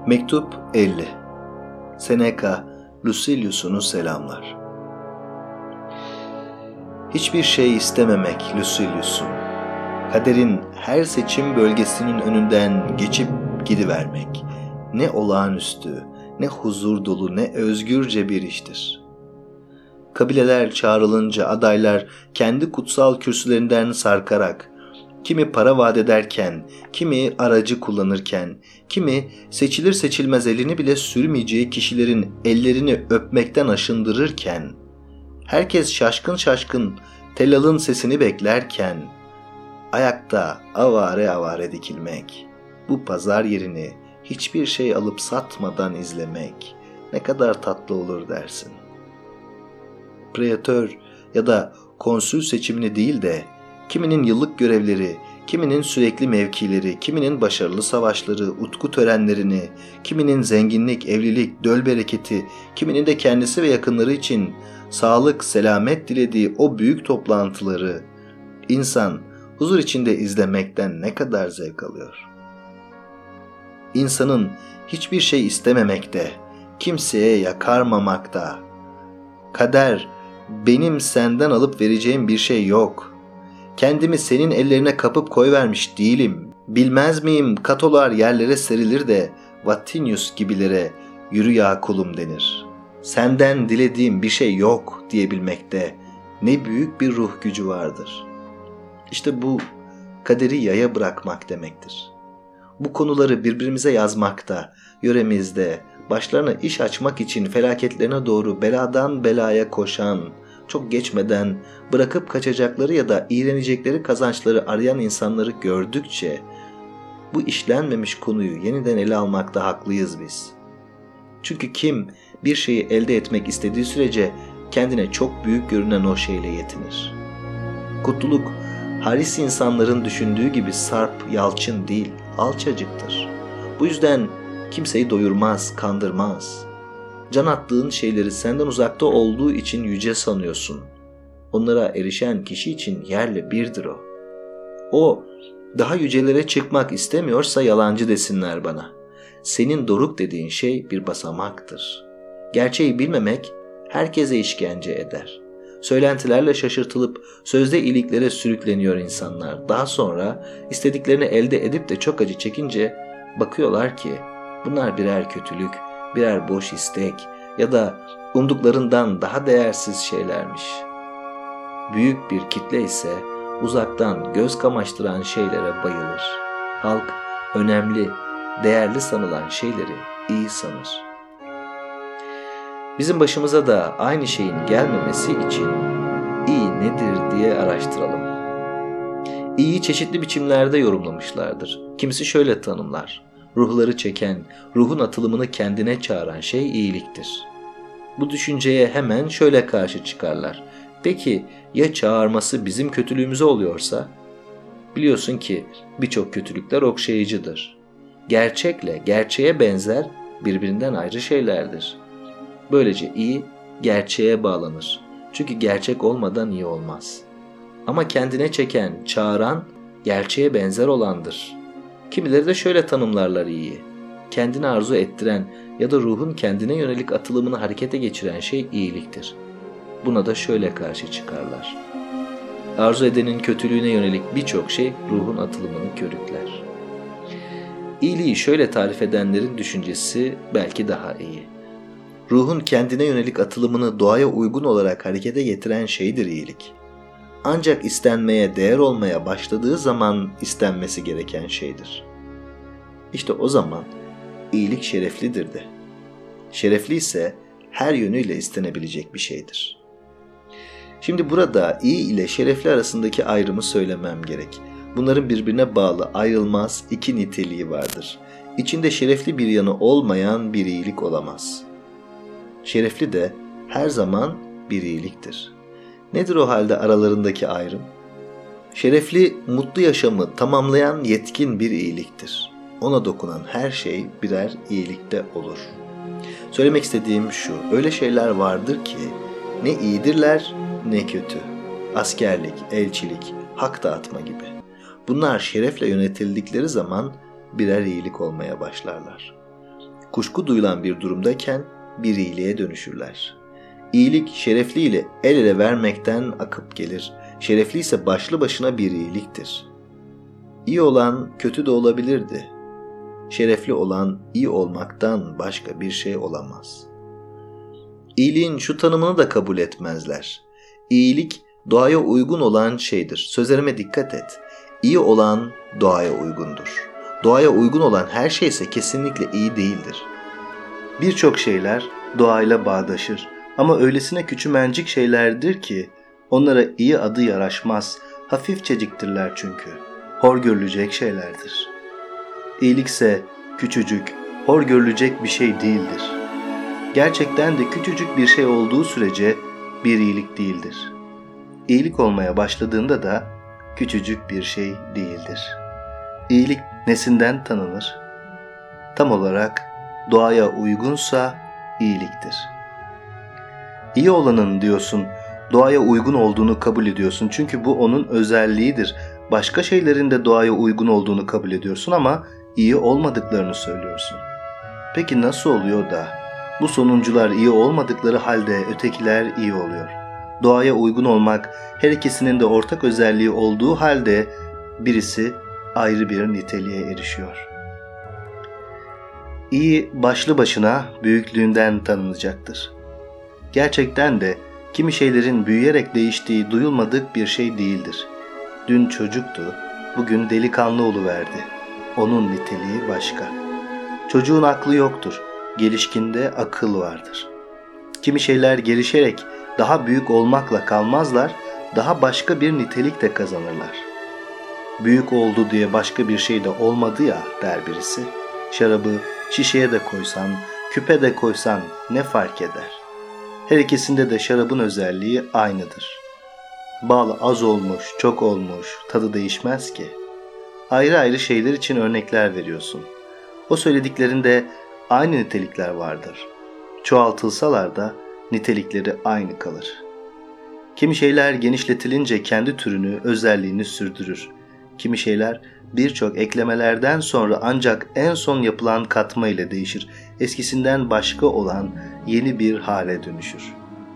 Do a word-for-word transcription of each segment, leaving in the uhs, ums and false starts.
Mektup elli. Seneca, Lucilius'unu selamlar. Hiçbir şey istememek Lucilius'um. Kaderin her seçim bölgesinin önünden geçip gidivermek. Ne olağanüstü, ne huzur dolu, ne özgürce bir iştir. Kabileler çağrılınca adaylar kendi kutsal kürsülerinden sarkarak, kimi para vaat ederken, kimi aracı kullanırken, kimi seçilir seçilmez elini bile sürmeyeceği kişilerin ellerini öpmekten aşındırırken, herkes şaşkın şaşkın tellalın sesini beklerken, ayakta avare avare dikilmek, bu pazar yerini hiçbir şey alıp satmadan izlemek ne kadar tatlı olur dersin. Preatör ya da konsül seçimini değil de, kiminin yıllık görevleri, kiminin sürekli mevkileri, kiminin başarılı savaşları, utku törenlerini, kiminin zenginlik, evlilik, döl bereketi, kiminin de kendisi ve yakınları için sağlık, selamet dilediği o büyük toplantıları insan huzur içinde izlemekten ne kadar zevk alıyor. İnsanın hiçbir şey istememekte, kimseye yakarmamakta, kader, benim senden alıp vereceğim bir şey yok. Kendimi senin ellerine kapıp koyvermiş değilim. Bilmez miyim katolar yerlere serilir de Vatinius gibilere yürü ya kulum denir. Senden dilediğim bir şey yok diyebilmekte ne büyük bir ruh gücü vardır. İşte bu kaderi yaya bırakmak demektir. Bu konuları birbirimize yazmakta, yöremizde, başlarına iş açmak için felaketlerine doğru beladan belaya koşan, çok geçmeden bırakıp kaçacakları ya da iğrenecekleri kazançları arayan insanları gördükçe bu işlenmemiş konuyu yeniden ele almakta haklıyız biz. Çünkü kim bir şeyi elde etmek istediği sürece kendine çok büyük görünen o şeyle yetinir. Kutluluk, haris insanların düşündüğü gibi sarp, yalçın değil, alçacıktır. Bu yüzden kimseyi doyurmaz, kandırmaz. Can attığın şeyleri senden uzakta olduğu için yüce sanıyorsun. Onlara erişen kişi için yerle birdir o. O, daha yücelere çıkmak istemiyorsa yalancı desinler bana. Senin doruk dediğin şey bir basamaktır. Gerçeği bilmemek herkese işkence eder. Söylentilerle şaşırtılıp sözde iyiliklere sürükleniyor insanlar. Daha sonra istediklerini elde edip de çok acı çekince bakıyorlar ki bunlar birer kötülük, birer boş istek ya da umduklarından daha değersiz şeylermiş. Büyük bir kitle ise uzaktan göz kamaştıran şeylere bayılır. Halk önemli, değerli sanılan şeyleri iyi sanır. Bizim başımıza da aynı şeyin gelmemesi için iyi nedir diye araştıralım. İyiyi çeşitli biçimlerde yorumlamışlardır. Kimisi şöyle tanımlar: ruhları çeken, ruhun atılımını kendine çağıran şey iyiliktir. Bu düşünceye hemen şöyle karşı çıkarlar: peki ya çağırması bizim kötülüğümüze oluyorsa? Biliyorsun ki birçok kötülükler okşayıcıdır. Gerçekle gerçeğe benzer, birbirinden ayrı şeylerdir. Böylece iyi gerçeğe bağlanır. Çünkü gerçek olmadan iyi olmaz. Ama kendine çeken, çağıran gerçeğe benzer olandır. Kimileri de şöyle tanımlarlar iyiyi: kendini arzu ettiren ya da ruhun kendine yönelik atılımını harekete geçiren şey iyiliktir. Buna da şöyle karşı çıkarlar: arzu edenin kötülüğüne yönelik birçok şey ruhun atılımını körükler. İyiliği şöyle tarif edenlerin düşüncesi belki daha iyi: ruhun kendine yönelik atılımını doğaya uygun olarak harekete getiren şeydir iyilik. Ancak istenmeye değer olmaya başladığı zaman istenmesi gereken şeydir. İşte o zaman iyilik şereflidir de. Şerefli ise her yönüyle istenebilecek bir şeydir. Şimdi burada iyi ile şerefli arasındaki ayrımı söylemem gerek. Bunların birbirine bağlı, ayrılmaz iki niteliği vardır. İçinde şerefli bir yanı olmayan bir iyilik olamaz. Şerefli de her zaman bir iyiliktir. Nedir o halde aralarındaki ayrım? Şerefli, mutlu yaşamı tamamlayan yetkin bir iyiliktir. Ona dokunan her şey birer iyilikte olur. Söylemek istediğim şu: öyle şeyler vardır ki ne iyidirler ne kötü. Askerlik, elçilik, hak dağıtma gibi. Bunlar şerefle yönetildikleri zaman birer iyilik olmaya başlarlar. kuşku duyulan bir durumdayken bir iyiliğe dönüşürler. İyilik şerefli ile el ele vermekten akıp gelir. Şerefli ise başlı başına bir iyiliktir. İyi olan kötü de olabilirdi. Şerefli olan iyi olmaktan başka bir şey olamaz. İyiliğin şu tanımını da kabul etmezler. İyilik doğaya uygun olan şeydir. Sözlerime dikkat et. İyi olan doğaya uygundur. Doğaya uygun olan her şey ise kesinlikle iyi değildir. Birçok şeyler doğayla bağdaşır ama öylesine küçümencik şeylerdir ki onlara iyi adı yaraşmaz, hafifçeciktirler çünkü. Hor görülecek şeylerdir. İyilikse küçücük, hor görülecek bir şey değildir. Gerçekten de küçücük bir şey olduğu sürece bir iyilik değildir. İyilik olmaya başladığında da küçücük bir şey değildir. İyilik nesinden tanınır? Tam olarak doğaya uygunsa iyiliktir. İyi olanın diyorsun, doğaya uygun olduğunu kabul ediyorsun çünkü bu onun özelliğidir. Başka şeylerin de doğaya uygun olduğunu kabul ediyorsun ama iyi olmadıklarını söylüyorsun. Peki nasıl oluyor da bu sonuncular iyi olmadıkları halde ötekiler iyi oluyor? Doğaya uygun olmak her ikisinin de ortak özelliği olduğu halde birisi ayrı bir niteliğe erişiyor. İyi başlı başına büyüklüğünden tanınacaktır. Gerçekten de kimi şeylerin büyüyerek değiştiği duyulmadık bir şey değildir. Dün çocuktu, bugün delikanlı oluverdi. Onun niteliği başka. Çocuğun aklı yoktur, gelişkinde akıl vardır. Kimi şeyler gelişerek daha büyük olmakla kalmazlar, daha başka bir nitelik de kazanırlar. Büyük oldu diye başka bir şey de olmadı ya der birisi. Şarabı şişeye de koysan, küpe de koysan ne fark eder? Her ikisinde de şarabın özelliği aynıdır. Bal az olmuş, çok olmuş, tadı değişmez ki. Ayrı ayrı şeyler için örnekler veriyorsun. O söylediklerinde aynı nitelikler vardır. Çoğaltılsalar da nitelikleri aynı kalır. Kimi şeyler genişletilince kendi türünü, özelliğini sürdürür. Kimi şeyler birçok eklemelerden sonra ancak en son yapılan katma ile değişir. Eskisinden başka olan yeni bir hale dönüşür.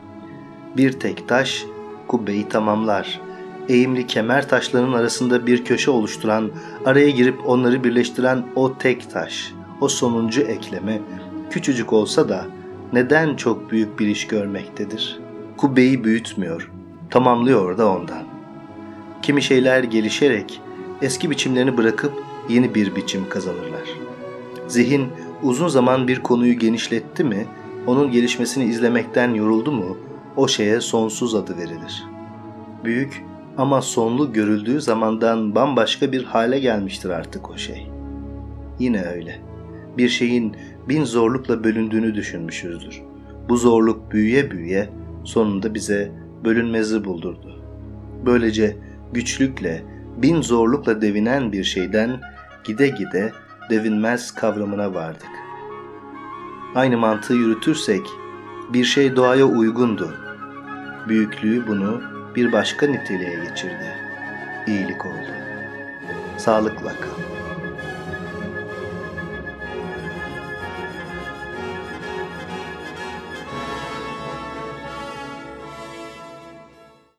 Bir tek taş kubbeyi tamamlar. Eğimli kemer taşlarının arasında bir köşe oluşturan, araya girip onları birleştiren o tek taş, o sonuncu ekleme, küçücük olsa da neden çok büyük bir iş görmektedir? Kubbeyi büyütmüyor, tamamlıyor da ondan. Kimi şeyler gelişerek eski biçimlerini bırakıp yeni bir biçim kazanırlar. Zihin uzun zaman bir konuyu genişletti mi, onun gelişmesini izlemekten yoruldu mu, o şeye sonsuz adı verilir. Büyük ama sonlu görüldüğü zamandan bambaşka bir hale gelmiştir artık o şey. Yine öyle. Bir şeyin bin zorlukla bölündüğünü düşünmüşüzdür. Bu zorluk büyüye büyüye sonunda bize bölünmezi buldurdu. Böylece güçlükle, bin zorlukla devinen bir şeyden gide gide devinmez kavramına vardık. Aynı mantığı yürütürsek bir şey doğaya uygundu. Büyüklüğü bunu bir başka niteliğe geçirdi. İyilik oldu. Sağlıkla kal.